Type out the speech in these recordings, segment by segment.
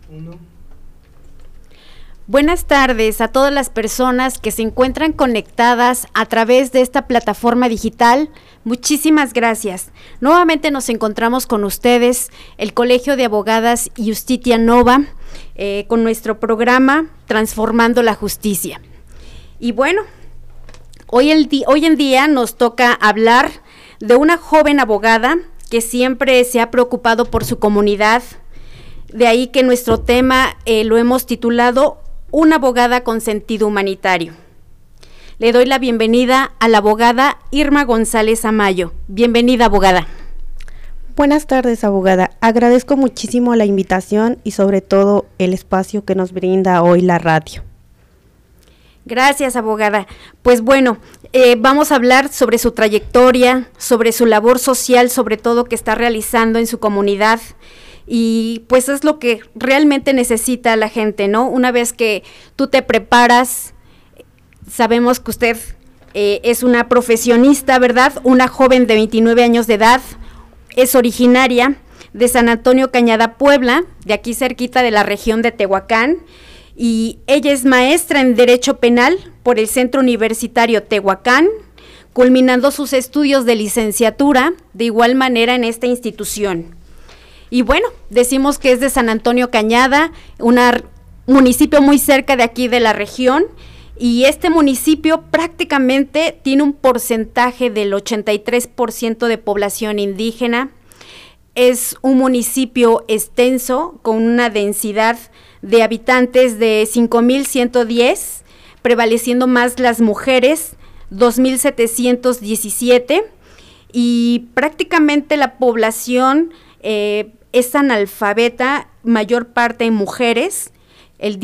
Uno. Buenas tardes a todas las personas que se encuentran conectadas a través de esta plataforma digital. Muchísimas gracias. Nuevamente nos encontramos con ustedes, el Colegio de Abogadas Justitia Nova, con nuestro programa Transformando la Justicia. Y bueno, hoy en día nos toca hablar de una joven abogada que siempre se ha preocupado por su comunidad. De ahí que nuestro tema lo hemos titulado Una abogada con sentido humanitario. Le doy la bienvenida a la abogada Irma González Amayo. Bienvenida, abogada. Buenas tardes, abogada. Agradezco muchísimo la invitación y sobre todo el espacio que nos brinda hoy la radio. Gracias, abogada. Pues bueno, vamos a hablar sobre su trayectoria, sobre su labor social, sobre todo que está realizando en su comunidad. Y pues es lo que realmente necesita la gente, ¿no? Una vez que tú te preparas, sabemos que usted es una profesionista, ¿verdad? Una joven de 29 años de edad, es originaria de San Antonio Cañada, Puebla, de aquí cerquita de la región de Tehuacán, y ella es maestra en Derecho Penal por el Centro Universitario Tehuacán, culminando sus estudios de licenciatura de igual manera en esta institución. Y bueno, decimos que es de San Antonio Cañada, un municipio muy cerca de aquí de la región, y este municipio prácticamente tiene un porcentaje del 83% de población indígena. Es un municipio extenso con una densidad de habitantes de 5,110, prevaleciendo más las mujeres, 2,717, y prácticamente la población es analfabeta, mayor parte en mujeres, el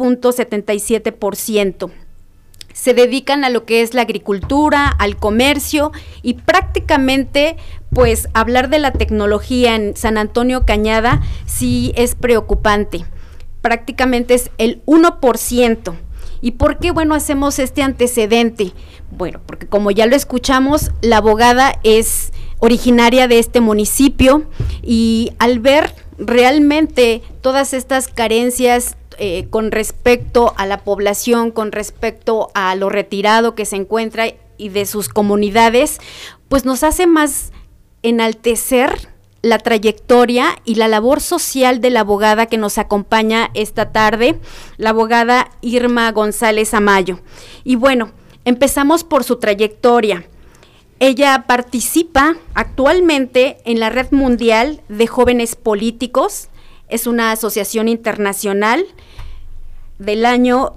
10,77%. Se dedican a lo que es la agricultura, al comercio, y prácticamente, pues, hablar de la tecnología en San Antonio Cañada sí es preocupante. Prácticamente es el 1%. ¿Y por qué, bueno, hacemos este antecedente? Bueno, porque como ya lo escuchamos, la abogada es originaria de este municipio, y al ver realmente todas estas carencias con respecto a la población, con respecto a lo retirado que se encuentra y de sus comunidades, pues nos hace más enaltecer la trayectoria y la labor social de la abogada que nos acompaña esta tarde, la abogada Irma González Amayo. Y bueno, empezamos por su trayectoria. Ella participa actualmente en la Red Mundial de Jóvenes Políticos, es una asociación internacional del año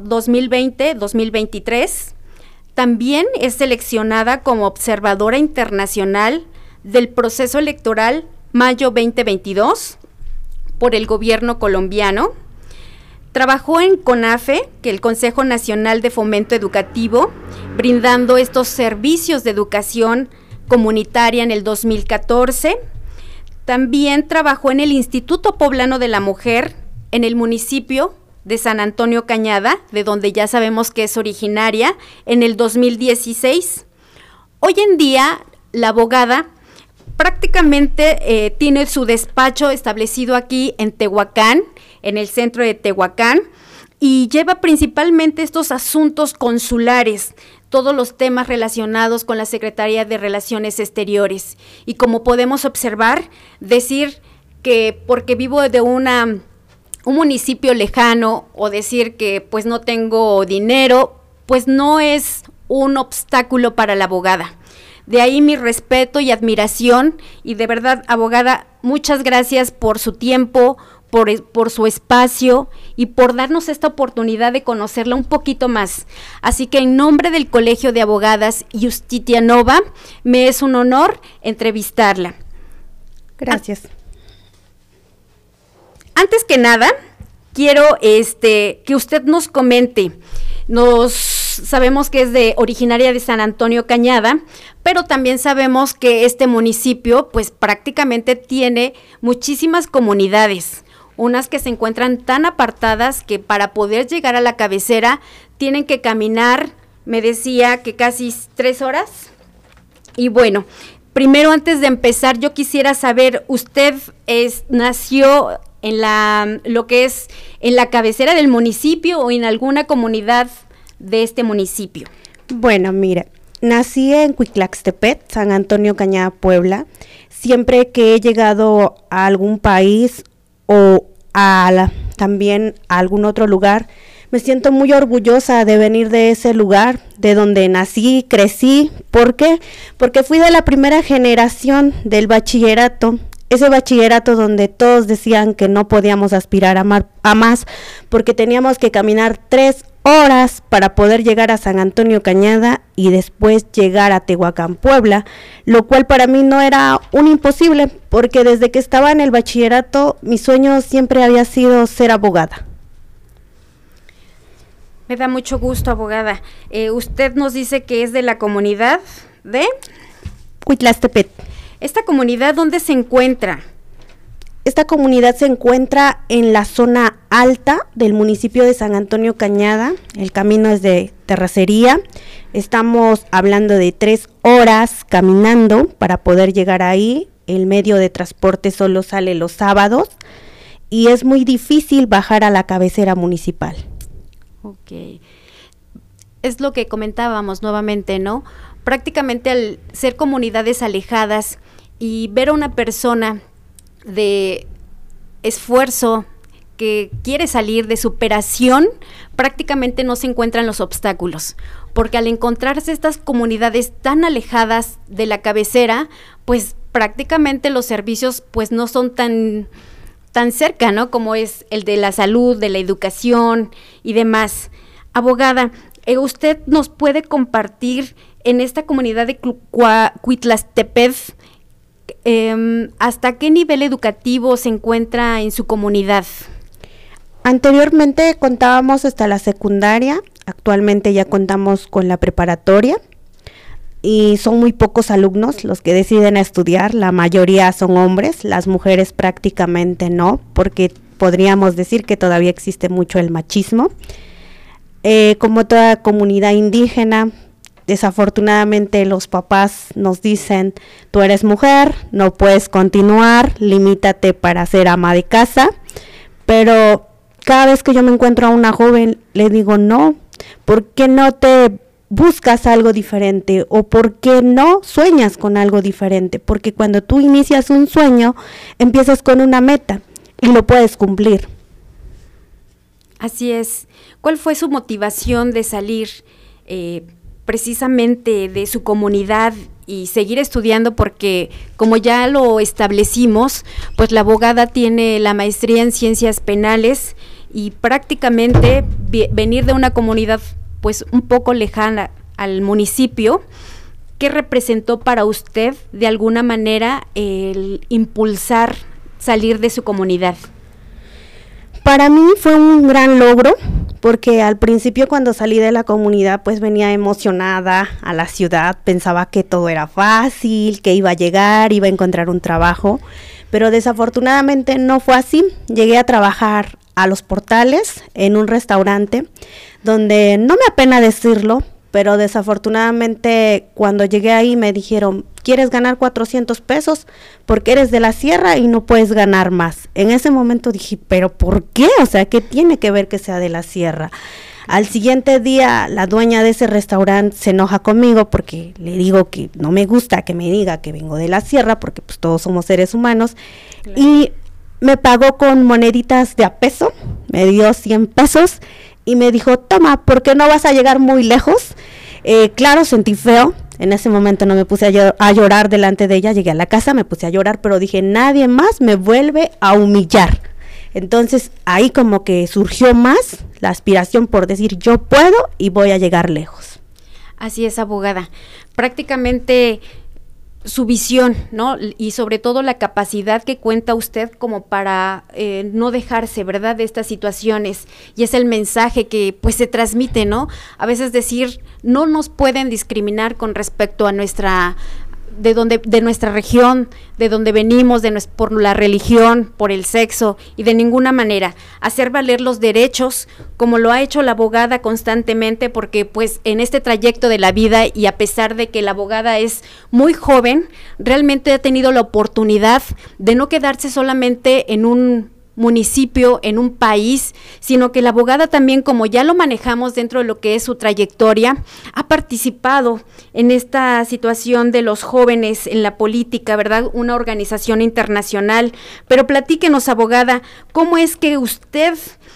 2020-2023. También es seleccionada como observadora internacional del proceso electoral Mayo 2022 por el gobierno colombiano. Trabajó en CONAFE, que es el Consejo Nacional de Fomento Educativo, brindando estos servicios de educación comunitaria en el 2014. También trabajó en el Instituto Poblano de la Mujer, en el municipio de San Antonio Cañada, de donde ya sabemos que es originaria, en el 2016. Hoy en día, la abogada prácticamente tiene su despacho establecido aquí en Tehuacán, en el centro de Tehuacán, y lleva principalmente estos asuntos consulares, todos los temas relacionados con la Secretaría de Relaciones Exteriores. Y como podemos observar, decir que porque vivo de un municipio lejano, o decir que pues no tengo dinero, pues no es un obstáculo para la abogada. De ahí mi respeto y admiración, y de verdad, abogada, muchas gracias por su tiempo, por su espacio y por darnos esta oportunidad de conocerla un poquito más. Así que en nombre del Colegio de Abogadas Justitia Nova, me es un honor entrevistarla. Gracias. Antes que nada, quiero que usted nos comente. Sabemos que es originaria de San Antonio Cañada, pero también sabemos que este municipio pues prácticamente tiene muchísimas comunidades, unas que se encuentran tan apartadas que para poder llegar a la cabecera tienen que caminar, me decía que casi 3 horas. Y bueno, primero, antes de empezar, yo quisiera saber, usted nació en lo que es en la cabecera del municipio o en alguna comunidad de este municipio? Bueno, mira, nací en Cuitlaxtepec, San Antonio Cañada, Puebla. Siempre que he llegado a algún país o también a algún otro lugar, me siento muy orgullosa de venir de ese lugar, de donde nací, crecí. ¿Por qué? Porque fui de la primera generación del bachillerato. Ese bachillerato donde todos decían que no podíamos aspirar a más, porque teníamos que caminar 3 horas para poder llegar a San Antonio Cañada y después llegar a Tehuacán, Puebla, lo cual para mí no era un imposible, porque desde que estaba en el bachillerato mi sueño siempre había sido ser abogada. Me da mucho gusto, abogada. Usted nos dice que es de la comunidad de Cuitlaxtepec. ¿Esta comunidad dónde se encuentra? Esta comunidad se encuentra en la zona alta del municipio de San Antonio Cañada. El camino es de terracería. Estamos hablando de 3 horas caminando para poder llegar ahí. El medio de transporte solo sale los sábados y es muy difícil bajar a la cabecera municipal. Ok. Es lo que comentábamos nuevamente, ¿no? Prácticamente al ser comunidades alejadas y ver a una persona de esfuerzo que quiere salir, de superación, prácticamente no se encuentran los obstáculos, porque al encontrarse estas comunidades tan alejadas de la cabecera, pues prácticamente los servicios pues no son tan cerca, ¿no? Como es el de la salud, de la educación y demás. Abogada, ¿usted nos puede compartir en esta comunidad de Cuitlaxtepec hasta qué nivel educativo se encuentra en su comunidad? Anteriormente contábamos hasta la secundaria, actualmente ya contamos con la preparatoria y son muy pocos alumnos los que deciden estudiar, la mayoría son hombres, las mujeres prácticamente no, porque podríamos decir que todavía existe mucho el machismo. Como toda comunidad indígena, desafortunadamente los papás nos dicen, tú eres mujer, no puedes continuar, limítate para ser ama de casa, pero cada vez que yo me encuentro a una joven, le digo, no, ¿por qué no te buscas algo diferente? ¿O por qué no sueñas con algo diferente? Porque cuando tú inicias un sueño, empiezas con una meta y lo puedes cumplir. Así es. ¿Cuál fue su motivación de salir precisamente de su comunidad y seguir estudiando? Porque como ya lo establecimos, pues la abogada tiene la maestría en ciencias penales y prácticamente venir de una comunidad pues un poco lejana al municipio. ¿Qué representó para usted de alguna manera el impulsar salir de su comunidad? Para mí fue un gran logro, porque al principio cuando salí de la comunidad pues venía emocionada a la ciudad, pensaba que todo era fácil, que iba a llegar, iba a encontrar un trabajo, pero desafortunadamente no fue así. Llegué a trabajar a Los Portales en un restaurante donde no me apena decirlo, pero desafortunadamente cuando llegué ahí me dijeron, ¿quieres ganar 400 pesos? Porque eres de la sierra y no puedes ganar más. En ese momento dije, ¿pero por qué? O sea, ¿qué tiene que ver que sea de la sierra? Al siguiente día, la dueña de ese restaurante se enoja conmigo porque le digo que no me gusta que me diga que vengo de la sierra, porque pues todos somos seres humanos. Claro. Y me pagó con moneditas de a peso, me dio 100 pesos y me dijo, toma, ¿por qué no vas a llegar muy lejos? Claro, sentí feo. En ese momento no me puse a llorar delante de ella, llegué a la casa, me puse a llorar, pero dije, nadie más me vuelve a humillar. Entonces ahí como que surgió más la aspiración por decir, yo puedo y voy a llegar lejos. Así es, abogada. Prácticamente su visión, ¿no? Y sobre todo la capacidad que cuenta usted como para no dejarse, ¿verdad?, de estas situaciones. Y es el mensaje que pues se transmite, ¿no? A veces decir, no nos pueden discriminar con respecto a nuestra de nuestra región, de donde venimos, por la religión, por el sexo, y de ninguna manera hacer valer los derechos, como lo ha hecho la abogada constantemente, porque pues en este trayecto de la vida, y a pesar de que la abogada es muy joven, realmente ha tenido la oportunidad de no quedarse solamente en un municipio, en un país, sino que la abogada también, como ya lo manejamos dentro de lo que es su trayectoria, ha participado en esta situación de los jóvenes en la política, ¿verdad? Una organización internacional. Pero platíquenos, abogada, ¿cómo es que usted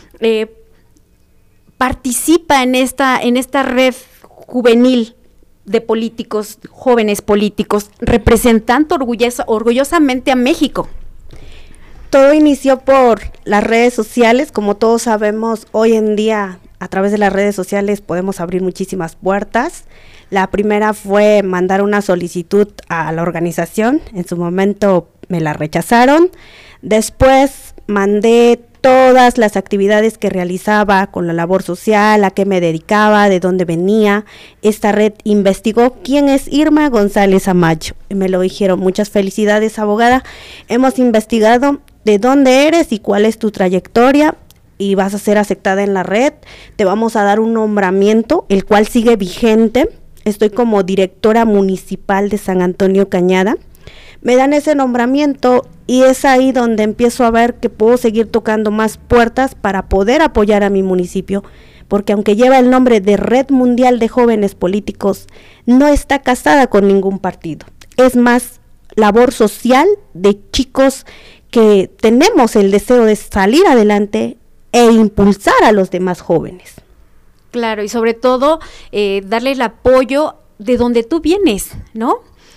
participa en esta red juvenil de políticos, jóvenes políticos, representando orgullosamente a México? Todo inició por las redes sociales. Como todos sabemos, hoy en día a través de las redes sociales podemos abrir muchísimas puertas. La primera fue mandar una solicitud a la organización. En su momento me la rechazaron. Después mandé todas las actividades que realizaba con la labor social, a qué me dedicaba, de dónde venía. Esta red investigó quién es Irma González Amayo. Y me lo dijeron: muchas felicidades, abogada. Hemos investigado de dónde eres y cuál es tu trayectoria, y vas a ser aceptada en la red. Te vamos a dar un nombramiento, el cual sigue vigente. Estoy como directora municipal de San Antonio Cañada. Me dan ese nombramiento y es ahí donde empiezo a ver que puedo seguir tocando más puertas para poder apoyar a mi municipio, porque aunque lleva el nombre de Red Mundial de Jóvenes Políticos, no está casada con ningún partido. Es más labor social de chicos que tenemos el deseo de salir adelante e impulsar a los demás jóvenes. Claro, y sobre todo darle el apoyo de donde tú vienes, ¿no?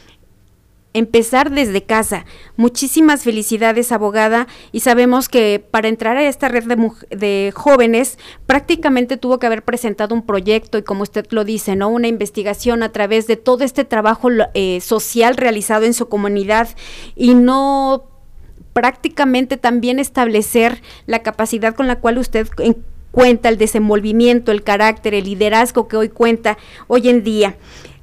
Empezar desde casa. Muchísimas felicidades, abogada, y sabemos que para entrar a esta red de jóvenes prácticamente tuvo que haber presentado un proyecto y, como usted lo dice, ¿no?, una investigación a través de todo este trabajo social realizado en su comunidad, y no prácticamente también establecer la capacidad con la cual usted cuenta, el desenvolvimiento, el carácter, el liderazgo que hoy cuenta hoy en día.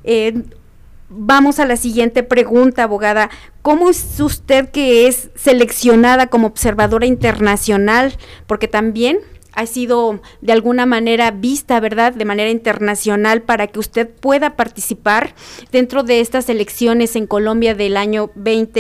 Vamos a la siguiente pregunta, abogada. ¿Cómo es usted que es seleccionada como observadora internacional? Porque también ha sido de alguna manera vista, ¿verdad?, de manera internacional, para que usted pueda participar dentro de estas elecciones en Colombia del año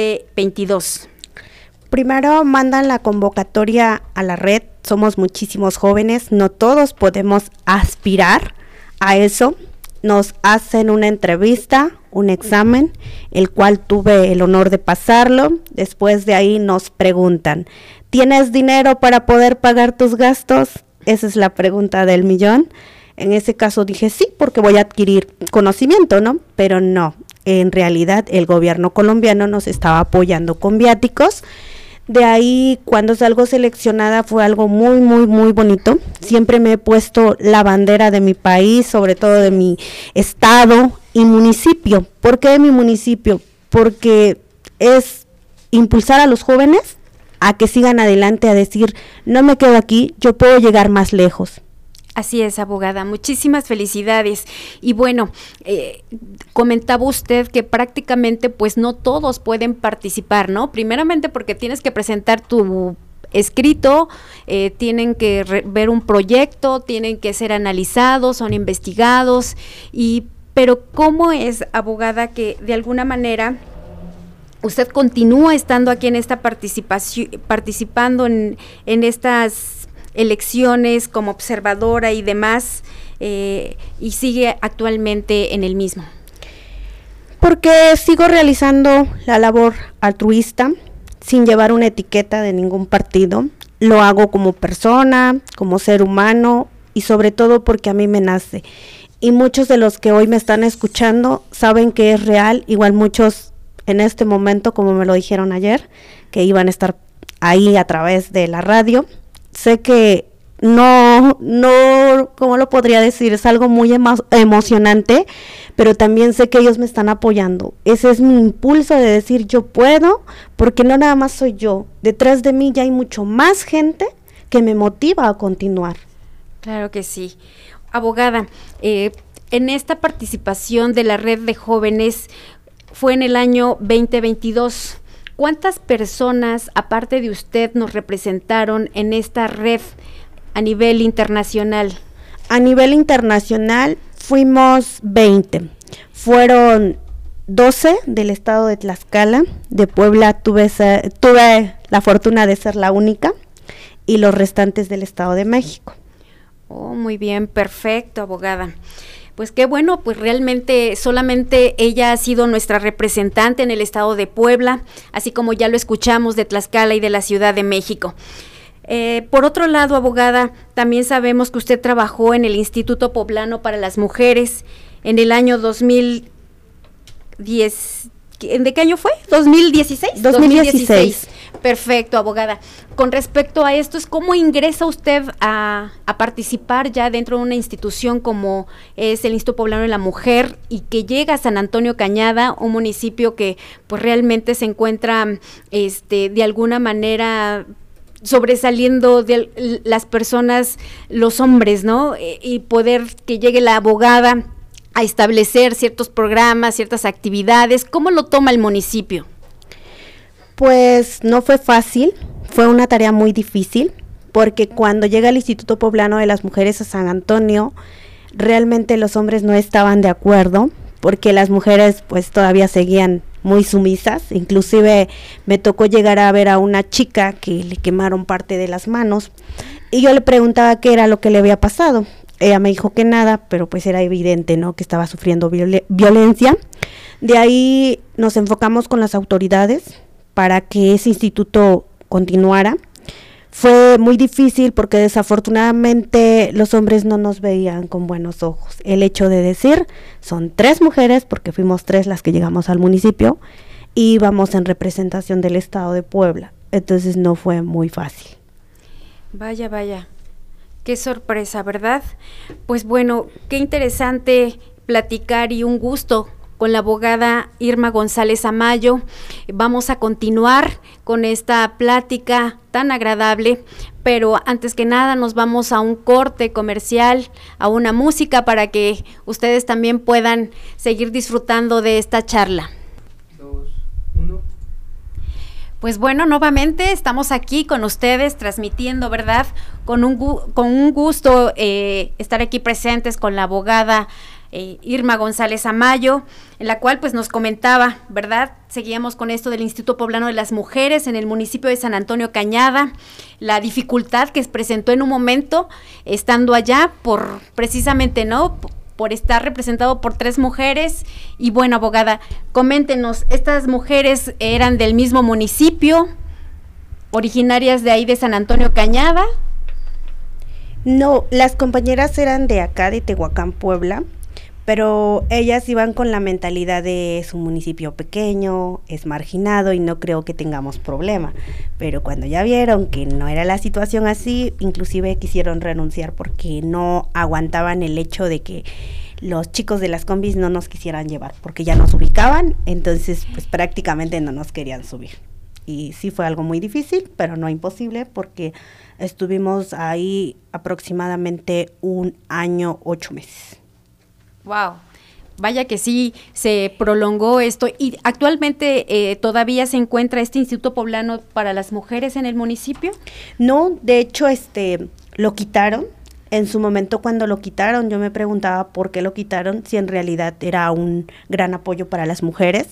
2022. Primero mandan la convocatoria a la red. Somos muchísimos jóvenes, no todos podemos aspirar a eso. Nos hacen una entrevista, un examen, el cual tuve el honor de pasarlo. Después de ahí nos preguntan: ¿tienes dinero para poder pagar tus gastos? Esa es la pregunta del millón. En ese caso dije sí, porque voy a adquirir conocimiento, ¿no? Pero no, en realidad el gobierno colombiano nos estaba apoyando con viáticos. De ahí, cuando salgo seleccionada, fue algo muy, muy, muy bonito. Siempre me he puesto la bandera de mi país, sobre todo de mi estado y municipio. ¿Por qué de mi municipio? Porque es impulsar a los jóvenes a que sigan adelante, a decir: no me quedo aquí, yo puedo llegar más lejos. Así es, abogada, muchísimas felicidades. Y bueno, comentaba usted que prácticamente pues no todos pueden participar, ¿no? Primeramente porque tienes que presentar tu escrito, tienen que ver un proyecto, tienen que ser analizados, son investigados, pero ¿cómo es, abogada, que de alguna manera usted continúa estando aquí en esta participando en estas elecciones como observadora y demás, y sigue actualmente en el mismo? Porque sigo realizando la labor altruista sin llevar una etiqueta de ningún partido. Lo hago como persona, como ser humano, y sobre todo porque a mí me nace. Y muchos de los que hoy me están escuchando saben que es real. Igual muchos en este momento, como me lo dijeron ayer, que iban a estar ahí a través de la radio. Sé que no, ¿cómo lo podría decir? Es algo muy emocionante, pero también sé que ellos me están apoyando. Ese es mi impulso de decir: yo puedo, porque no nada más soy yo. Detrás de mí ya hay mucho más gente que me motiva a continuar. Claro que sí. Abogada, en esta participación de la red de jóvenes fue en el año 2022. ¿Cuántas personas, aparte de usted, nos representaron en esta red a nivel internacional? A nivel internacional fuimos 20. Fueron 12 del estado de Tlaxcala. De Puebla tuve la fortuna de ser la única. y los restantes del Estado de México. Oh, muy bien, perfecto, abogada. Pues qué bueno, pues realmente solamente ella ha sido nuestra representante en el Estado de Puebla, así como ya lo escuchamos de Tlaxcala y de la Ciudad de México. Por otro lado, abogada, también sabemos que usted trabajó en el Instituto Poblano para las Mujeres en el año 2010. ¿De qué año fue? ¿2016? 2016. Perfecto, abogada. Con respecto a esto, ¿cómo ingresa usted a participar ya dentro de una institución como es el Instituto Poblano de la Mujer y que llega a San Antonio Cañada, un municipio que pues realmente se encuentra de alguna manera sobresaliendo de las personas, los hombres, ¿no? Y poder que llegue la abogada a establecer ciertos programas, ciertas actividades? ¿Cómo lo toma el municipio? Pues no fue fácil, fue una tarea muy difícil, porque cuando llega el Instituto Poblano de las Mujeres a San Antonio, realmente los hombres no estaban de acuerdo, porque las mujeres pues todavía seguían muy sumisas. Inclusive me tocó llegar a ver a una chica que le quemaron parte de las manos, y yo le preguntaba qué era lo que le había pasado. Ella me dijo que nada, pero pues era evidente, ¿no?, que estaba sufriendo violencia. De ahí nos enfocamos con las autoridades para que ese instituto continuara. Fue muy difícil porque desafortunadamente los hombres no nos veían con buenos ojos. El hecho de decir, son 3 mujeres, porque fuimos 3 las que llegamos al municipio, y íbamos en representación del Estado de Puebla. Entonces no fue muy fácil. Vaya, vaya. Qué sorpresa, ¿verdad? Pues bueno, qué interesante platicar y un gusto con la abogada Irma González Amayo. Vamos a continuar con esta plática tan agradable, pero antes que nada nos vamos a un corte comercial, a una música para que ustedes también puedan seguir disfrutando de esta charla. 2, 1. Pues bueno, nuevamente estamos aquí con ustedes transmitiendo, ¿verdad? Con un gusto estar aquí presentes con la abogada Irma González Amayo, en la cual pues nos comentaba, ¿verdad? Seguíamos con esto del Instituto Poblano de las Mujeres en el municipio de San Antonio Cañada, la dificultad que se presentó en un momento estando allá por precisamente, ¿no?, por estar representado por 3 mujeres. Y bueno, abogada, coméntenos, ¿estas mujeres eran del mismo municipio, originarias de ahí de San Antonio Cañada? No, las compañeras eran de acá, de Tehuacán, Puebla, pero ellas iban con la mentalidad de es un municipio pequeño, es marginado y no creo que tengamos problema. Pero cuando ya vieron que no era la situación así, inclusive quisieron renunciar porque no aguantaban el hecho de que los chicos de las combis no nos quisieran llevar, porque ya nos ubicaban, entonces pues prácticamente no nos querían subir. Y sí fue algo muy difícil, pero no imposible, porque estuvimos ahí aproximadamente 1 año, 8 meses. Wow, vaya que sí se prolongó esto. ¿Y actualmente todavía se encuentra este Instituto Poblano para las Mujeres en el municipio? No, de hecho lo quitaron. En su momento cuando lo quitaron, yo me preguntaba por qué lo quitaron, si en realidad era un gran apoyo para las mujeres.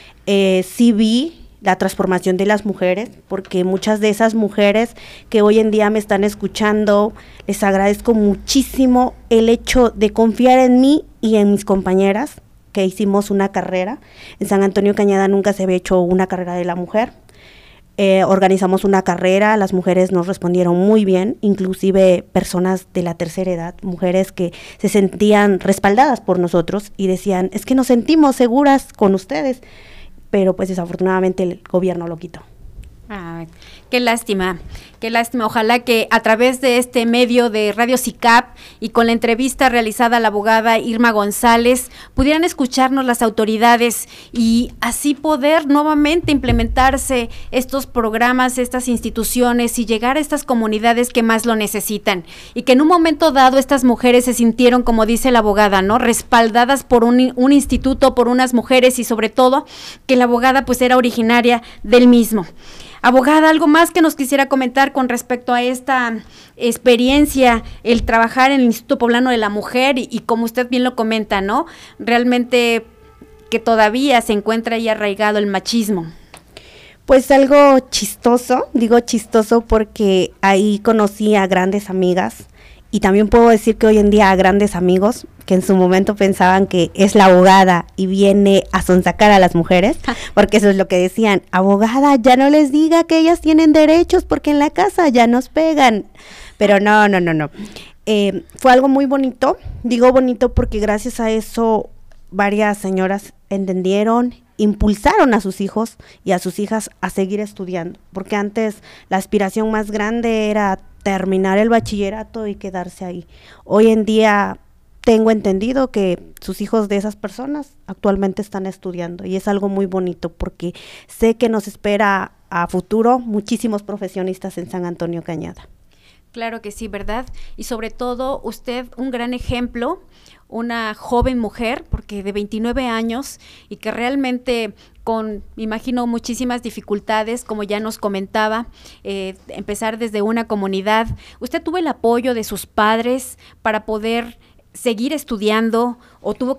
Sí vi la transformación de las mujeres, porque muchas de esas mujeres que hoy en día me están escuchando, les agradezco muchísimo el hecho de confiar en mí y en mis compañeras, que hicimos una carrera. En San Antonio Cañada nunca se había hecho una carrera de la mujer. Organizamos una carrera, las mujeres nos respondieron muy bien, inclusive personas de la tercera edad, mujeres que se sentían respaldadas por nosotros y decían, es que nos sentimos seguras con ustedes, pero pues desafortunadamente el gobierno lo quitó. Ah, qué lástima, ojalá que a través de este medio de Radio SICAP y con la entrevista realizada a la abogada Irma González pudieran escucharnos las autoridades y así poder nuevamente implementarse estos programas, estas instituciones y llegar a estas comunidades que más lo necesitan, y que en un momento dado estas mujeres se sintieron, como dice la abogada, ¿no?, respaldadas por un instituto, por unas mujeres, y sobre todo que la abogada pues era originaria del mismo. Abogada, ¿algo más que nos quisiera comentar con respecto a esta experiencia, el trabajar en el Instituto Poblano de la Mujer y como usted bien lo comenta, ¿no?, realmente que todavía se encuentra ahí arraigado el machismo? Pues algo chistoso, digo chistoso porque ahí conocí a grandes amigas y también puedo decir que hoy en día a grandes amigos que en su momento pensaban que es la abogada y viene a sonsacar a las mujeres, porque eso es lo que decían, abogada, ya no les diga que ellas tienen derechos porque en la casa ya nos pegan, pero no. Fue algo muy bonito, digo bonito porque gracias a eso varias señoras entendieron, impulsaron a sus hijos y a sus hijas a seguir estudiando, porque antes la aspiración más grande era terminar el bachillerato y quedarse ahí. Hoy en día tengo entendido que sus hijos de esas personas actualmente están estudiando y es algo muy bonito porque sé que nos espera a futuro muchísimos profesionistas en San Antonio Cañada. Claro que sí, ¿verdad? Y sobre todo usted un gran ejemplo, una joven mujer, porque de 29 años y que realmente con, me imagino, muchísimas dificultades, como ya nos comentaba, empezar desde una comunidad. ¿Usted tuvo el apoyo de sus padres para poder seguir estudiando o tuvo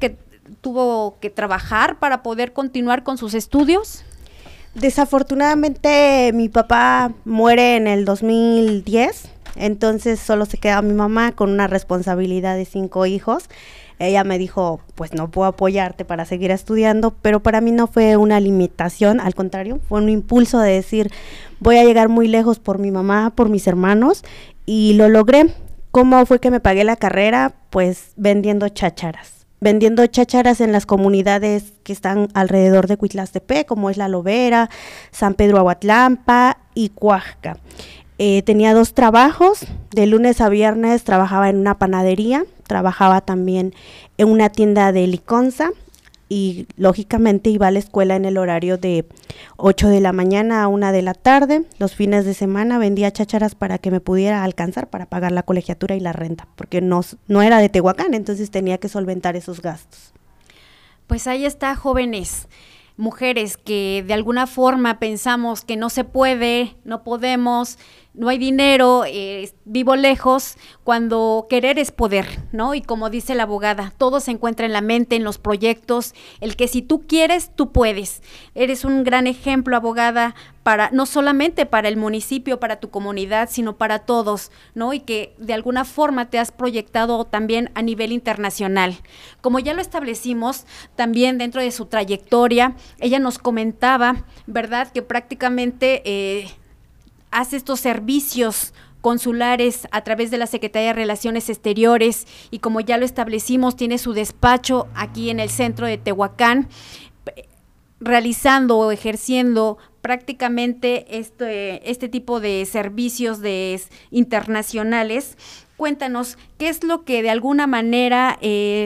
que trabajar para poder continuar con sus estudios? Desafortunadamente mi papá muere en el 2010, entonces solo se queda mi mamá con una responsabilidad de 5 hijos. Ella me dijo, pues no puedo apoyarte para seguir estudiando, pero para mí no fue una limitación, al contrario, fue un impulso de decir, voy a llegar muy lejos por mi mamá, por mis hermanos, y lo logré. ¿Cómo fue que me pagué la carrera? Pues vendiendo chácharas en las comunidades que están alrededor de Cuitlastepec, como es La Lobera, San Pedro Aguatlampa y Cuajca. Tenía 2 trabajos, de lunes a viernes trabajaba en una panadería, trabajaba también en una tienda de liconza y lógicamente iba a la escuela en el horario de 8 de la mañana a 1 de la tarde. Los fines de semana vendía chácharas para que me pudiera alcanzar para pagar la colegiatura y la renta, porque no era de Tehuacán, entonces tenía que solventar esos gastos. Pues ahí está, jóvenes, mujeres que de alguna forma pensamos que no se puede, no podemos, no hay dinero, vivo lejos, cuando querer es poder, ¿no? Y como dice la abogada, todo se encuentra en la mente, en los proyectos, el que si tú quieres, tú puedes. Eres un gran ejemplo, abogada, no solamente para el municipio, para tu comunidad, sino para todos, ¿no? Y que de alguna forma te has proyectado también a nivel internacional. Como ya lo establecimos, también dentro de su trayectoria, ella nos comentaba, ¿verdad?, que prácticamente hace estos servicios consulares a través de la Secretaría de Relaciones Exteriores y como ya lo establecimos, tiene su despacho aquí en el centro de Tehuacán, realizando o ejerciendo prácticamente este tipo de servicios internacionales. Cuéntanos, ¿qué es lo que de alguna manera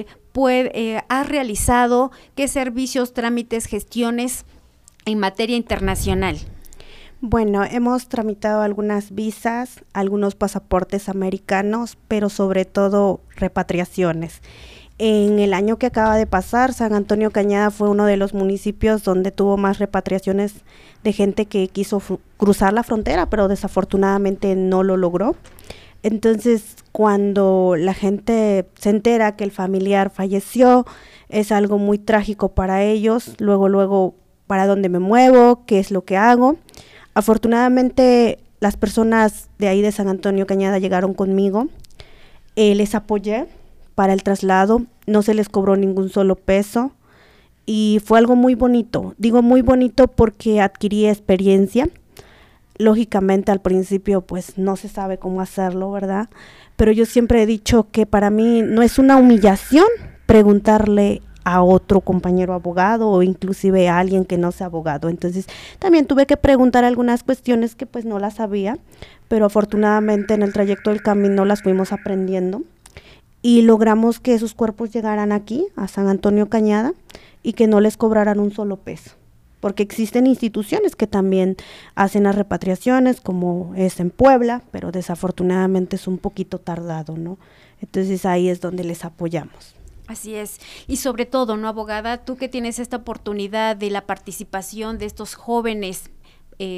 has realizado? ¿Qué servicios, trámites, gestiones en materia internacional? Bueno, hemos tramitado algunas visas, algunos pasaportes americanos, pero sobre todo repatriaciones. En el año que acaba de pasar, San Antonio Cañada fue uno de los municipios donde tuvo más repatriaciones de gente que quiso cruzar la frontera, pero desafortunadamente no lo logró. Entonces, cuando la gente se entera que el familiar falleció, es algo muy trágico para ellos. Luego, ¿para dónde me muevo? ¿Qué es lo que hago? Afortunadamente, las personas de ahí de San Antonio Cañada llegaron conmigo, les apoyé para el traslado, no se les cobró ningún solo peso y fue algo muy bonito. Digo muy bonito porque adquirí experiencia. Lógicamente al principio pues no se sabe cómo hacerlo, ¿verdad? Pero yo siempre he dicho que para mí no es una humillación preguntarle a otro compañero abogado o inclusive a alguien que no sea abogado. Entonces también tuve que preguntar algunas cuestiones que pues no las sabía, pero afortunadamente en el trayecto del camino las fuimos aprendiendo y logramos que esos cuerpos llegaran aquí, a San Antonio Cañada, y que no les cobraran un solo peso, porque existen instituciones que también hacen las repatriaciones, como es en Puebla, pero desafortunadamente es un poquito tardado, ¿no? Entonces ahí es donde les apoyamos. Así es, y sobre todo, ¿no, abogada? Tú que tienes esta oportunidad de la participación de estos jóvenes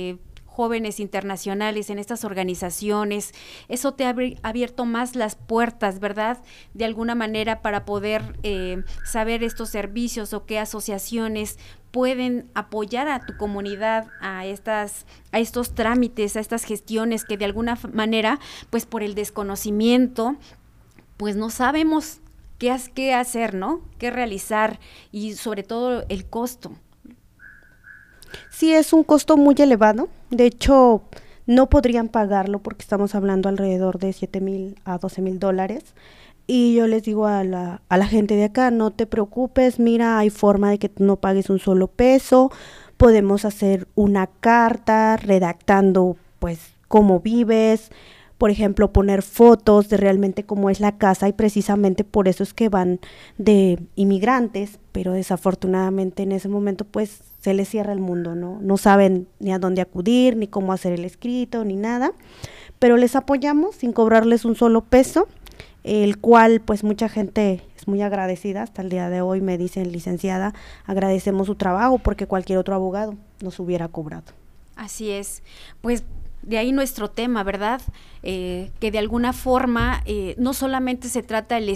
jóvenes internacionales, en estas organizaciones, eso te ha abierto más las puertas, ¿verdad? De alguna manera para poder saber estos servicios o qué asociaciones pueden apoyar a tu comunidad a estos trámites, a estas gestiones que de alguna manera, pues por el desconocimiento, pues no sabemos qué hacer, ¿no? Qué realizar y sobre todo el costo. Sí, es un costo muy elevado. De hecho, no podrían pagarlo porque estamos hablando alrededor de $7,000 a $12,000. Y yo les digo a la gente de acá, no te preocupes, mira, hay forma de que tú no pagues un solo peso. Podemos hacer una carta redactando, pues, cómo vives. Por ejemplo, poner fotos de realmente cómo es la casa y precisamente por eso es que van de inmigrantes, pero desafortunadamente en ese momento pues se les cierra el mundo, ¿no? No saben ni a dónde acudir, ni cómo hacer el escrito, ni nada, pero les apoyamos sin cobrarles un solo peso, el cual pues mucha gente es muy agradecida, hasta el día de hoy me dicen, licenciada, agradecemos su trabajo porque cualquier otro abogado nos hubiera cobrado. Así es, pues de ahí nuestro tema, ¿verdad? Que de alguna forma no solamente se trata el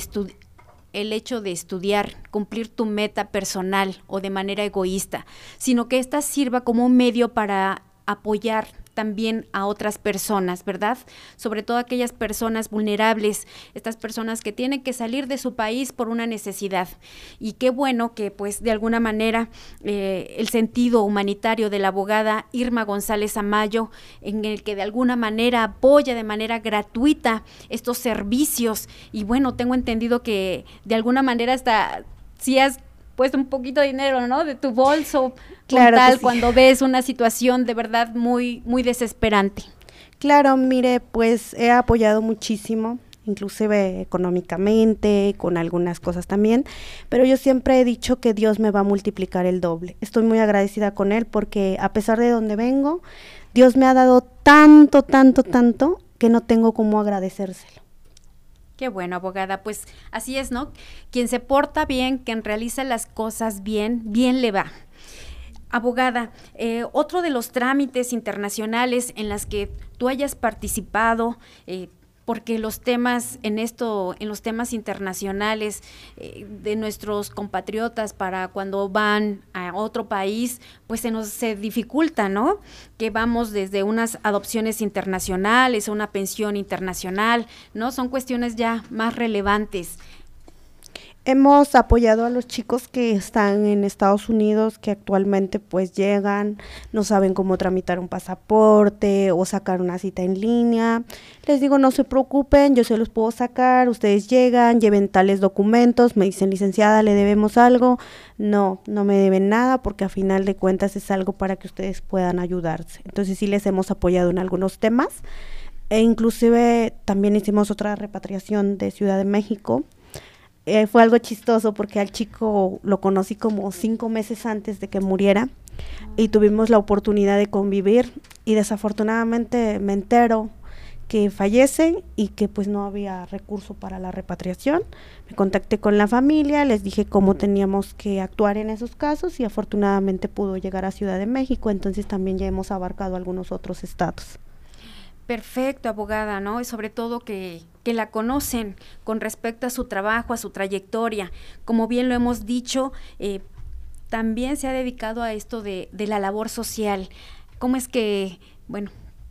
hecho de estudiar, cumplir tu meta personal o de manera egoísta, sino que ésta sirva como un medio para apoyar también a otras personas, ¿verdad? Sobre todo aquellas personas vulnerables, estas personas que tienen que salir de su país por una necesidad. Y qué bueno que pues de alguna manera el sentido humanitario de la abogada Irma González Amayo, en el que de alguna manera apoya de manera gratuita estos servicios. Y bueno, tengo entendido que de alguna manera hasta si has puesto un poquito de dinero, ¿no? De tu bolso, claro, tal, sí. Cuando ves una situación de verdad muy, muy desesperante. Claro, mire, pues he apoyado muchísimo, inclusive económicamente, con algunas cosas también, pero yo siempre he dicho que Dios me va a multiplicar el doble. Estoy muy agradecida con Él porque a pesar de donde vengo, Dios me ha dado tanto, tanto, tanto, que no tengo cómo agradecérselo. Qué bueno, abogada, pues así es, ¿no? Quien se porta bien, quien realiza las cosas bien, bien le va. Abogada, otro de los trámites internacionales en las que tú hayas participado, porque los temas en los temas internacionales de nuestros compatriotas para cuando van a otro país, pues se dificulta, ¿no? Que vamos desde unas adopciones internacionales a una pensión internacional, ¿no? Son cuestiones ya más relevantes. Hemos apoyado a los chicos que están en Estados Unidos, que actualmente pues llegan, no saben cómo tramitar un pasaporte o sacar una cita en línea. Les digo, no se preocupen, yo se los puedo sacar, ustedes llegan, lleven tales documentos, me dicen, licenciada, ¿le debemos algo? No, no me deben nada porque a final de cuentas es algo para que ustedes puedan ayudarse. Entonces sí les hemos apoyado en algunos temas e inclusive también hicimos otra repatriación de Ciudad de México. Fue algo chistoso porque al chico lo conocí como 5 meses antes de que muriera y tuvimos la oportunidad de convivir y desafortunadamente me entero que fallece y que pues no había recurso para la repatriación. Me contacté con la familia, les dije cómo teníamos que actuar en esos casos y afortunadamente pudo llegar a Ciudad de México, entonces también ya hemos abarcado algunos otros estados. Perfecto, abogada, ¿no? Y sobre todo que la conocen con respecto a su trabajo, a su trayectoria. Como bien lo hemos dicho, también se ha dedicado a esto de la labor social. ¿Cómo es que, bueno,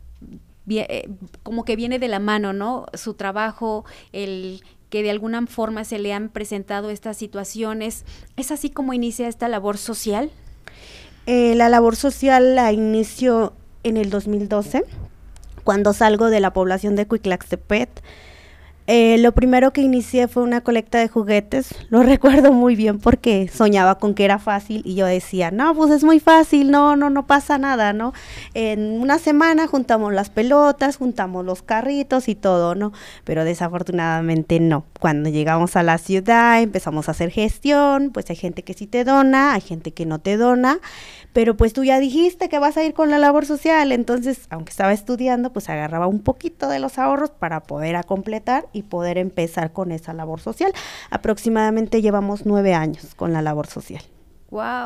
como que viene de la mano, ¿no? Su trabajo, el que de alguna forma se le han presentado estas situaciones. ¿Es así como inicia esta labor social? La labor social la inicio en el 2012. Cuando salgo de la población de Cuiclaxtepet, lo primero que inicié fue una colecta de juguetes. Lo recuerdo muy bien porque soñaba con que era fácil y yo decía, no, pues es muy fácil, no pasa nada, ¿no? En una semana juntamos las pelotas, juntamos los carritos y todo, ¿no? Pero desafortunadamente no. Cuando llegamos a la ciudad empezamos a hacer gestión, pues hay gente que sí te dona, hay gente que no te dona, pero pues tú ya dijiste que vas a ir con la labor social, entonces, aunque estaba estudiando, pues agarraba un poquito de los ahorros para poder completar y poder empezar con esa labor social. Aproximadamente llevamos 9 años con la labor social. ¡Wow!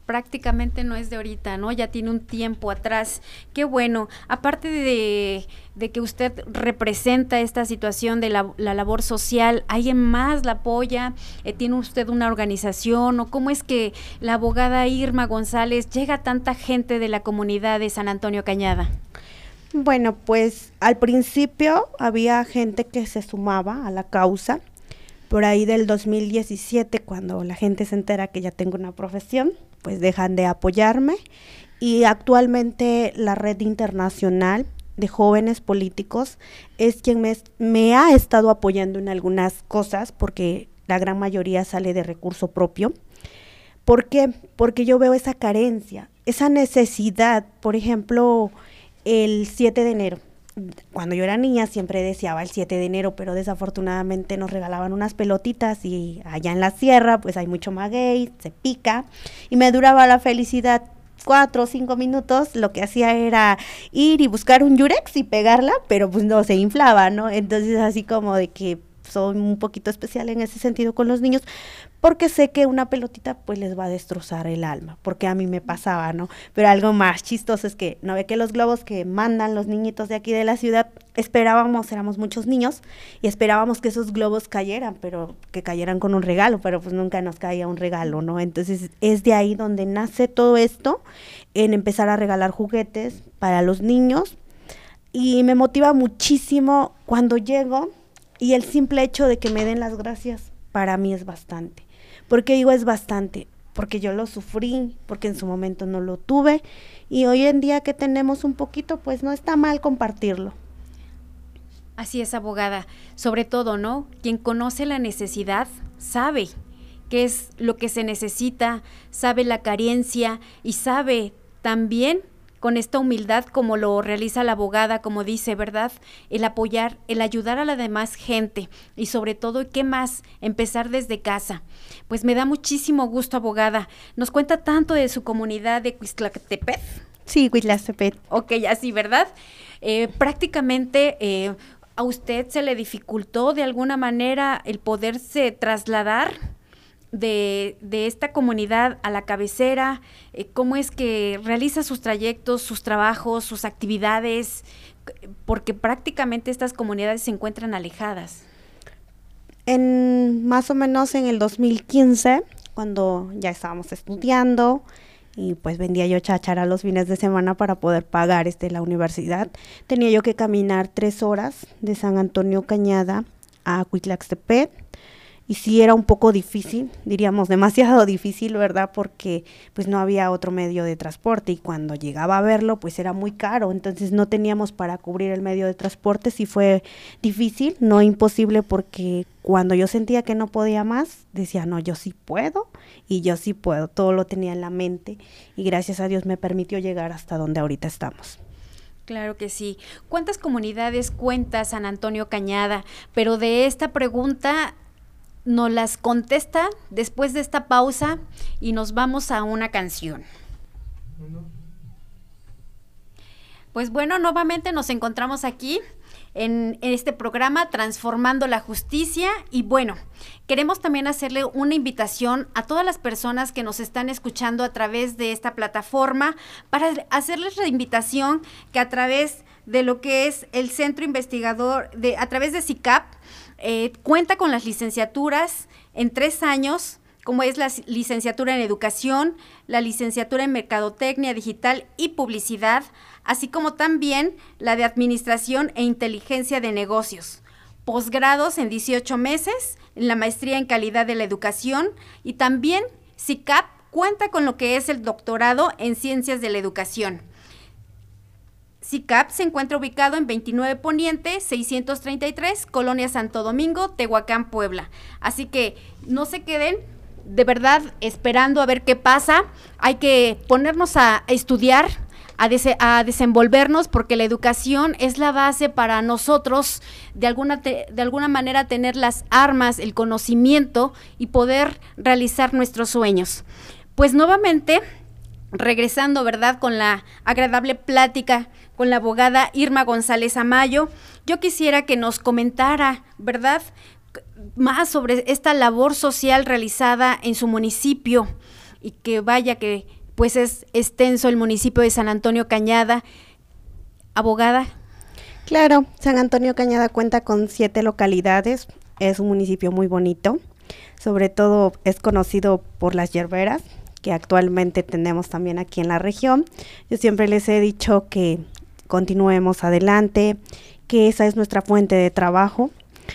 prácticamente no es de ahorita, ¿no? Ya tiene un tiempo atrás. Qué bueno. Aparte de que usted representa esta situación de la labor social, ¿alguien más la apoya? ¿Tiene usted una organización? ¿O cómo es que la abogada Irma González llega a tanta gente de la comunidad de San Antonio Cañada? Bueno, pues al principio había gente que se sumaba a la causa. Por ahí del 2017, cuando la gente se entera que ya tengo una profesión, pues dejan de apoyarme, y actualmente la Red Internacional de Jóvenes Políticos es quien me ha estado apoyando en algunas cosas, porque la gran mayoría sale de recurso propio. ¿Por qué? Porque yo veo esa carencia, esa necesidad. Por ejemplo, el 7 de enero, cuando yo era niña siempre deseaba el 7 de enero, pero desafortunadamente nos regalaban unas pelotitas y allá en la sierra pues hay mucho maguey, se pica, y me duraba la felicidad 4 o 5 minutos. Lo que hacía era ir y buscar un yurex y pegarla, pero pues no se inflaba, ¿no? Entonces así como de que soy un poquito especial en ese sentido con los niños, porque sé que una pelotita pues les va a destrozar el alma, porque a mí me pasaba, ¿no? Pero algo más chistoso es que, ¿no ve que los globos que mandan los niñitos de aquí de la ciudad, esperábamos, éramos muchos niños, y esperábamos que esos globos cayeran, pero que cayeran con un regalo, pero pues nunca nos caía un regalo, ¿no? Entonces es de ahí donde nace todo esto, en empezar a regalar juguetes para los niños, y me motiva muchísimo cuando llego, y el simple hecho de que me den las gracias, para mí es bastante. ¿Por qué digo es bastante? Porque yo lo sufrí, porque en su momento no lo tuve, y hoy en día que tenemos un poquito, pues no está mal compartirlo. Así es, abogada. Sobre todo, ¿no? Quien conoce la necesidad sabe qué es lo que se necesita, sabe la carencia y sabe también, con esta humildad como lo realiza la abogada, como dice, ¿verdad? El apoyar, el ayudar a la demás gente, y sobre todo, ¿qué más? Empezar desde casa. Pues me da muchísimo gusto, abogada. Nos cuenta tanto de su comunidad de Cuixtlactepec. Sí, Cuixtlactepec. Ok, así, ¿verdad? Prácticamente a usted se le dificultó de alguna manera el poderse trasladar de esta comunidad a la cabecera. ¿Cómo es que realiza sus trayectos, sus trabajos, sus actividades? Porque prácticamente estas comunidades se encuentran alejadas. Más o menos en el 2015, cuando ya estábamos estudiando, y pues vendía yo cháchara los fines de semana para poder pagar la universidad, tenía yo que caminar 3 horas de San Antonio Cañada a Cuixtlactepec. Y sí era un poco difícil, diríamos demasiado difícil, ¿verdad? Porque pues no había otro medio de transporte, y cuando llegaba a verlo pues era muy caro, entonces no teníamos para cubrir el medio de transporte. Sí fue difícil, no imposible, porque cuando yo sentía que no podía más, decía, no, yo sí puedo, y yo sí puedo, todo lo tenía en la mente, y gracias a Dios me permitió llegar hasta donde ahorita estamos. Claro que sí. ¿Cuántas comunidades cuenta San Antonio Cañada? Pero de esta pregunta nos las contesta después de esta pausa, y nos vamos a una canción. Pues bueno, nuevamente nos encontramos aquí en este programa Transformando la Justicia, y bueno, queremos también hacerle una invitación a todas las personas que nos están escuchando a través de esta plataforma, para hacerles la invitación que a través de lo que es el Centro Investigador, a través de CICAP, cuenta con las licenciaturas en 3 años, como es la licenciatura en Educación, la licenciatura en Mercadotecnia Digital y Publicidad, así como también la de Administración e Inteligencia de Negocios. Posgrados en 18 meses, en la maestría en Calidad de la Educación, y también CICAP cuenta con lo que es el doctorado en Ciencias de la Educación. CICAP se encuentra ubicado en 29 Poniente, 633, Colonia Santo Domingo, Tehuacán, Puebla. Así que no se queden, de verdad, esperando a ver qué pasa. Hay que ponernos a estudiar, a desenvolvernos, porque la educación es la base para nosotros, de alguna manera, tener las armas, el conocimiento, y poder realizar nuestros sueños. Pues nuevamente, regresando, ¿verdad?, con la agradable plática con la abogada Irma González Amayo, yo quisiera que nos comentara, ¿verdad?, más sobre esta labor social realizada en su municipio, y que vaya que pues es extenso el municipio de San Antonio Cañada. Abogada. Claro, San Antonio Cañada cuenta con 7 localidades, es un municipio muy bonito, sobre todo es conocido por las yerberas, que actualmente tenemos también aquí en la región. Yo siempre les he dicho que continuemos adelante, que esa es nuestra fuente de trabajo.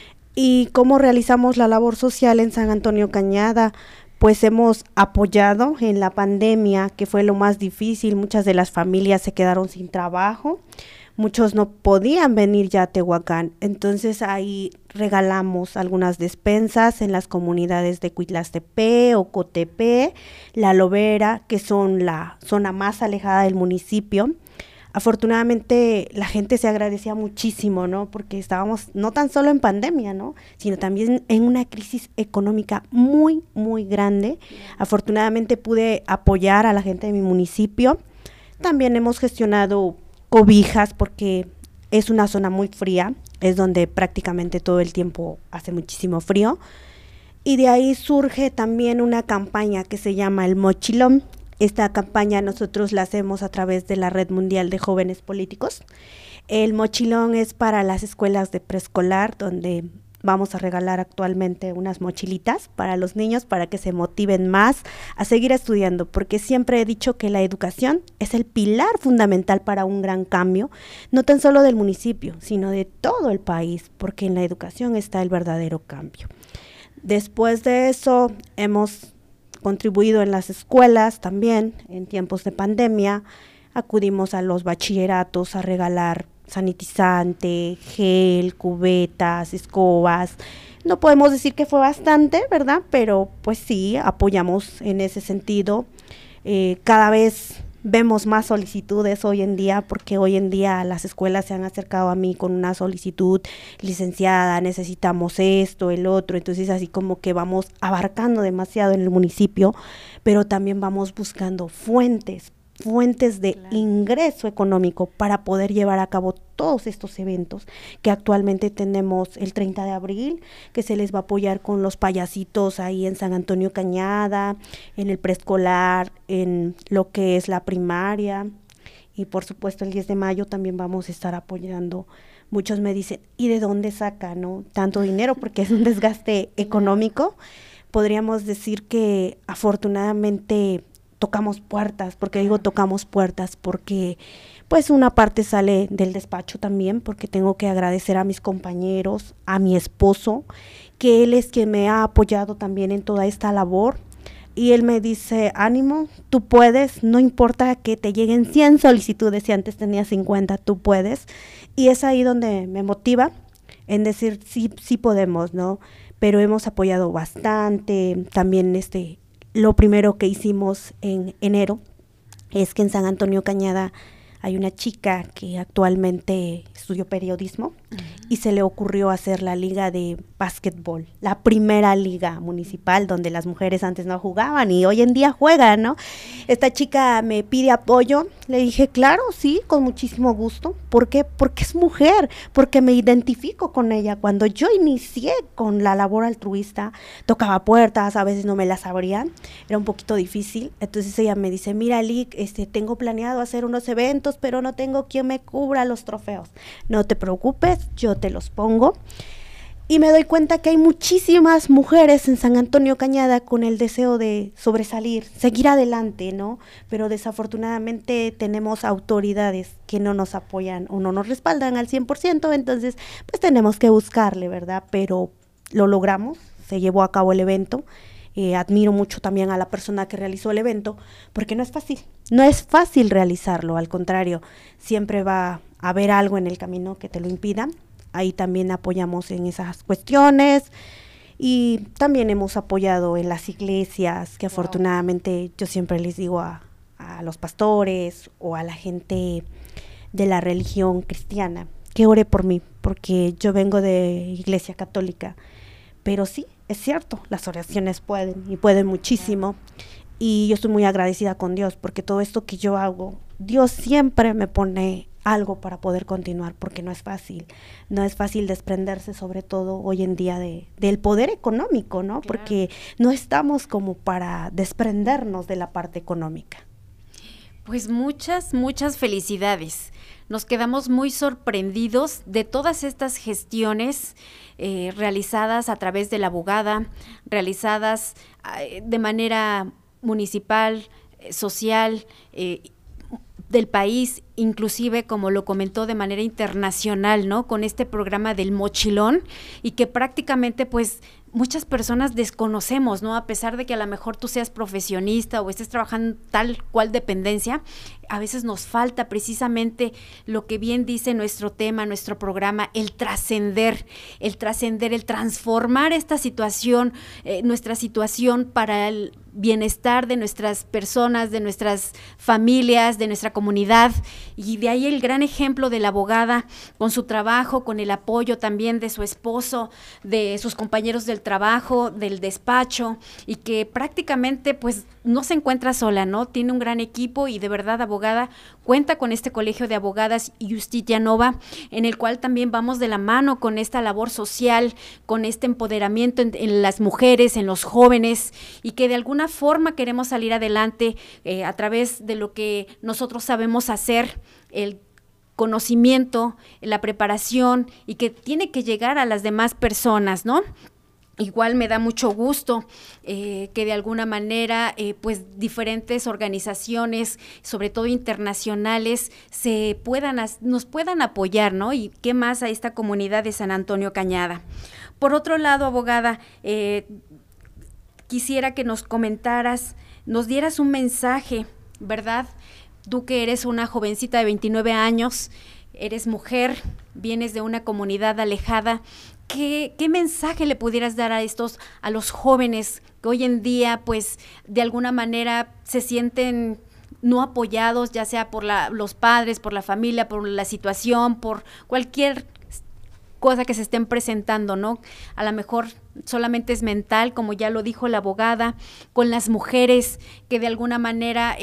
Y cómo realizamos la labor social en San Antonio Cañada, pues hemos apoyado en la pandemia, que fue lo más difícil. Muchas de las familias se quedaron sin trabajo, muchos no podían venir ya a Tehuacán, entonces ahí regalamos algunas despensas en las comunidades de Cuitlastepec, Ocotepec, La Lobera, que son la zona más alejada del municipio. Afortunadamente la gente se agradecía muchísimo, ¿no? Porque estábamos no tan solo en pandemia, ¿no? Sino también en una crisis económica muy, muy grande. Afortunadamente pude apoyar a la gente de mi municipio. También hemos gestionado cobijas porque es una zona muy fría, es donde prácticamente todo el tiempo hace muchísimo frío. Y de ahí surge también una campaña que se llama El Mochilón. Esta campaña nosotros la hacemos a través de la Red Mundial de Jóvenes Políticos. El mochilón es para las escuelas de preescolar, donde vamos a regalar actualmente unas mochilitas para los niños para que se motiven más a seguir estudiando, porque siempre he dicho que la educación es el pilar fundamental para un gran cambio, no tan solo del municipio, sino de todo el país, porque en la educación está el verdadero cambio. Después de eso hemos contribuido en las escuelas también, en tiempos de pandemia, acudimos a los bachilleratos a regalar sanitizante, gel, cubetas, escobas. No podemos decir que fue bastante, ¿verdad? Pero pues sí, apoyamos en ese sentido. Cada vez vemos más solicitudes hoy en día, porque hoy en día las escuelas se han acercado a mí con una solicitud: licenciada, necesitamos esto, el otro. Entonces así como que vamos abarcando demasiado en el municipio, pero también vamos buscando fuentes de ingreso económico para poder llevar a cabo todos estos eventos que actualmente tenemos. El 30 de abril, que se les va a apoyar con los payasitos ahí en San Antonio Cañada, en el preescolar, en lo que es la primaria, y por supuesto el 10 de mayo también vamos a estar apoyando. Muchos me dicen, ¿y de dónde saca, no, tanto dinero? Porque es un desgaste económico. Podríamos decir que afortunadamente tocamos puertas. ¿Por qué digo tocamos puertas? Porque pues una parte sale del despacho también, porque tengo que agradecer a mis compañeros, a mi esposo, que él es quien me ha apoyado también en toda esta labor. Y él me dice, ánimo, tú puedes, no importa que te lleguen 100 solicitudes, si antes tenía 50, tú puedes. Y es ahí donde me motiva en decir, sí podemos, ¿no? Pero hemos apoyado bastante. También lo primero que hicimos en enero es que en San Antonio Cañada hay una chica que actualmente estudió periodismo y se le ocurrió hacer la liga de básquetbol, la primera liga municipal donde las mujeres antes no jugaban y hoy en día juegan, ¿no? Esta chica me pide apoyo, le dije, claro, sí, con muchísimo gusto. ¿Por qué? Porque es mujer, porque me identifico con ella. Cuando yo inicié con la labor altruista, tocaba puertas, a veces no me las abrían, era un poquito difícil. Entonces ella me dice, mira, Lick, tengo planeado hacer unos eventos, pero no tengo quien me cubra los trofeos. No te preocupes, yo te los pongo. Y me doy cuenta que hay muchísimas mujeres en San Antonio Cañada con el deseo de sobresalir, seguir adelante, ¿no? Pero desafortunadamente tenemos autoridades que no nos apoyan o no nos respaldan al 100%, entonces pues tenemos que buscarle, ¿verdad? Pero lo logramos, se llevó a cabo el evento. Admiro mucho también a la persona que realizó el evento, porque no es fácil realizarlo, al contrario, siempre va a haber algo en el camino que te lo impida. Ahí también apoyamos en esas cuestiones y también hemos apoyado en las iglesias, que afortunadamente yo siempre les digo a los pastores o a la gente de la religión cristiana que ore por mí, porque yo vengo de iglesia católica, pero sí, es cierto, las oraciones pueden y pueden muchísimo. Y yo estoy muy agradecida con Dios, porque todo esto que yo hago, Dios siempre me pone algo para poder continuar, porque no es fácil desprenderse, sobre todo hoy en día del poder económico, ¿no? Claro. Porque no estamos como para desprendernos de la parte económica. Pues muchas felicidades. Nos quedamos muy sorprendidos de todas estas gestiones realizadas a través de la abogada, realizadas de manera municipal, social, del país, inclusive como lo comentó de manera internacional, ¿no? Con este programa del mochilón y que prácticamente pues muchas personas desconocemos, ¿no? A pesar de que a lo mejor tú seas profesionista o estés trabajando en tal cual dependencia, a veces nos falta precisamente lo que bien dice nuestro tema, nuestro programa, el trascender, el transformar esta situación, nuestra situación para el bienestar de nuestras personas, de nuestras familias, de nuestra comunidad, y de ahí el gran ejemplo de la abogada con su trabajo, con el apoyo también de su esposo, de sus compañeros del trabajo, del despacho, y que prácticamente pues no se encuentra sola, ¿no? Tiene un gran equipo y de verdad, abogada, cuenta con este Colegio de Abogadas Justitia Nova, en el cual también vamos de la mano con esta labor social, con este empoderamiento en las mujeres, en los jóvenes, y que de alguna forma queremos salir adelante a través de lo que nosotros sabemos hacer, el conocimiento, la preparación, y que tiene que llegar a las demás personas, ¿no? Igual me da mucho gusto que de alguna manera pues diferentes organizaciones, sobre todo internacionales, nos puedan apoyar, ¿no? Y qué más a esta comunidad de San Antonio Cañada. Por otro lado, abogada, quisiera que nos comentaras, nos dieras un mensaje, ¿verdad? Tú que eres una jovencita de 29 años, eres mujer, vienes de una comunidad alejada. ¿Qué mensaje le pudieras dar a los jóvenes que hoy en día, pues, de alguna manera se sienten no apoyados, ya sea por los padres, por la familia, por la situación, por cualquier cosa que se estén presentando, ¿no? A lo mejor solamente es mental, como ya lo dijo la abogada, con las mujeres que de alguna manera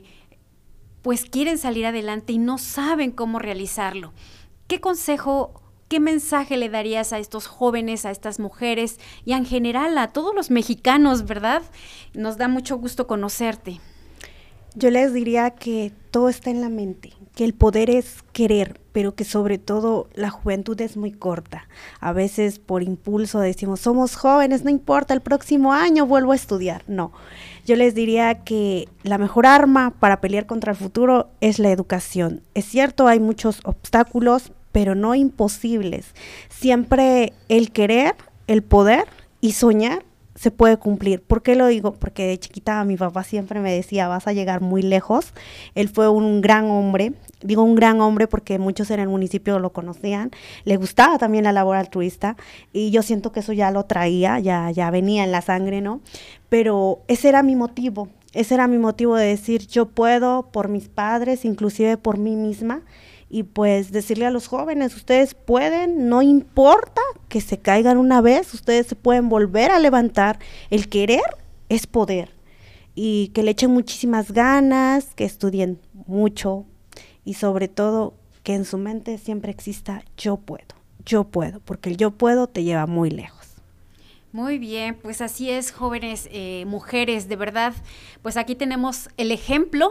pues quieren salir adelante y no saben cómo realizarlo. ¿Qué consejo, qué mensaje le darías a estos jóvenes, a estas mujeres y en general a todos los mexicanos, verdad? Nos da mucho gusto conocerte. Yo les diría que todo está en la mente, que el poder es querer, pero que sobre todo la juventud es muy corta. A veces por impulso decimos, somos jóvenes, no importa, el próximo año vuelvo a estudiar. No, yo les diría que la mejor arma para pelear contra el futuro es la educación. Es cierto, hay muchos obstáculos, pero no imposibles. Siempre el querer, el poder y soñar se puede cumplir. ¿Por qué lo digo? Porque de chiquita mi papá siempre me decía, vas a llegar muy lejos. Él fue un gran hombre, digo un gran hombre porque muchos en el municipio lo conocían, le gustaba también la labor altruista y yo siento que eso ya lo traía, ya venía en la sangre, ¿no? Pero ese era mi motivo de decir, yo puedo por mis padres, inclusive por mí misma. Y pues decirle a los jóvenes, ustedes pueden, no importa que se caigan una vez, ustedes se pueden volver a levantar. El querer es poder. Y que le echen muchísimas ganas, que estudien mucho y sobre todo que en su mente siempre exista yo puedo, porque el yo puedo te lleva muy lejos. Muy bien, pues así es, jóvenes, mujeres, de verdad, pues aquí tenemos el ejemplo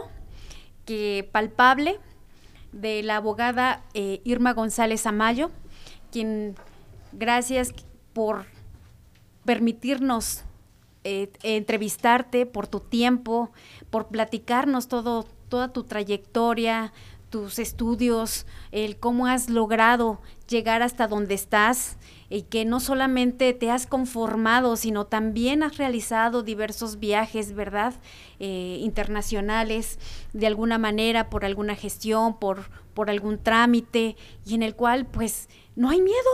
palpable de la abogada Irma González Amayo, quien gracias por permitirnos entrevistarte, por tu tiempo, por platicarnos toda tu trayectoria, tus estudios, el cómo has logrado llegar hasta donde estás y que no solamente te has conformado, sino también has realizado diversos viajes, ¿verdad? Internacionales, de alguna manera, por alguna gestión, por algún trámite, y en el cual, pues, no hay miedo,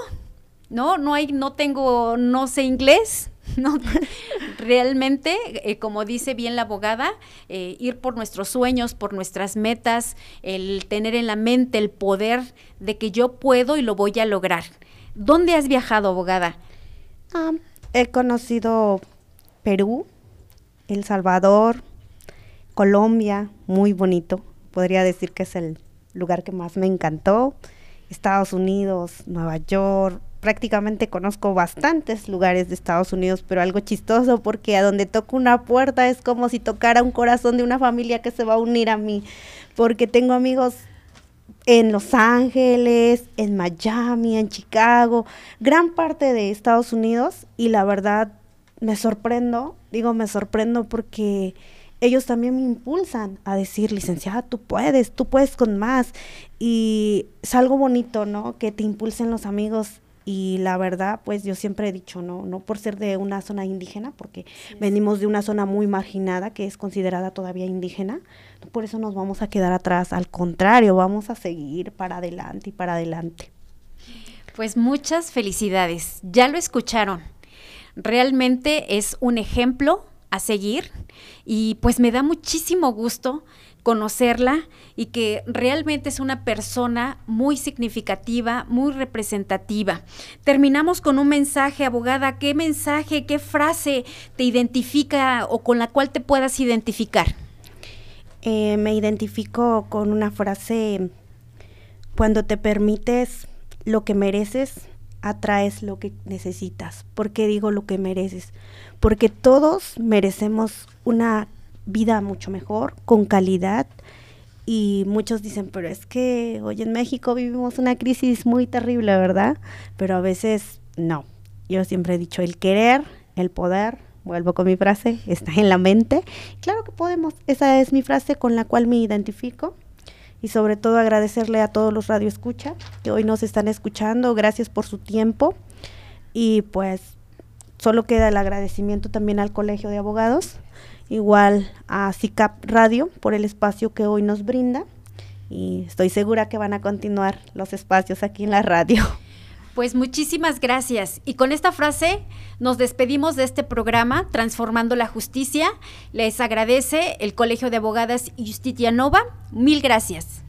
no sé inglés, no, realmente, como dice bien la abogada, ir por nuestros sueños, por nuestras metas, el tener en la mente el poder de que yo puedo y lo voy a lograr. ¿Dónde has viajado, abogada? He conocido Perú, El Salvador, Colombia, muy bonito, podría decir que es el lugar que más me encantó, Estados Unidos, Nueva York, prácticamente conozco bastantes lugares de Estados Unidos, pero algo chistoso porque a donde toco una puerta es como si tocara un corazón de una familia que se va a unir a mí, porque tengo amigos en Los Ángeles, en Miami, en Chicago, gran parte de Estados Unidos, y la verdad me sorprendo porque ellos también me impulsan a decir, licenciada, tú puedes con más, y es algo bonito, ¿no? Que te impulsen los amigos. Y la verdad, pues yo siempre he dicho, no por ser de una zona indígena, porque venimos de una zona muy marginada que es considerada todavía indígena, por eso nos vamos a quedar atrás, al contrario, vamos a seguir para adelante y para adelante. Pues muchas felicidades, ya lo escucharon, realmente es un ejemplo a seguir y pues me da muchísimo gusto conocerla y que realmente es una persona muy significativa, muy representativa. Terminamos con un mensaje, abogada. ¿Qué mensaje, qué frase te identifica o con la cual te puedas identificar? Me identifico con una frase: cuando te permites lo que mereces, atraes lo que necesitas. ¿Por qué digo lo que mereces? Porque todos merecemos una vida mucho mejor, con calidad, y muchos dicen, pero es que hoy en México vivimos una crisis muy terrible, ¿verdad? Pero a veces no. Yo siempre he dicho, el querer, el poder, vuelvo con mi frase, está en la mente. Claro que podemos, esa es mi frase con la cual me identifico, y sobre todo agradecerle a todos los radioescuchas que hoy nos están escuchando, gracias por su tiempo, y pues solo queda el agradecimiento también al Colegio de Abogados, igual a CICAP Radio por el espacio que hoy nos brinda, y estoy segura que van a continuar los espacios aquí en la radio. Pues muchísimas gracias. Y con esta frase nos despedimos de este programa, Transformando la Justicia. Les agradece el Colegio de Abogadas Justitia Nova. Mil gracias.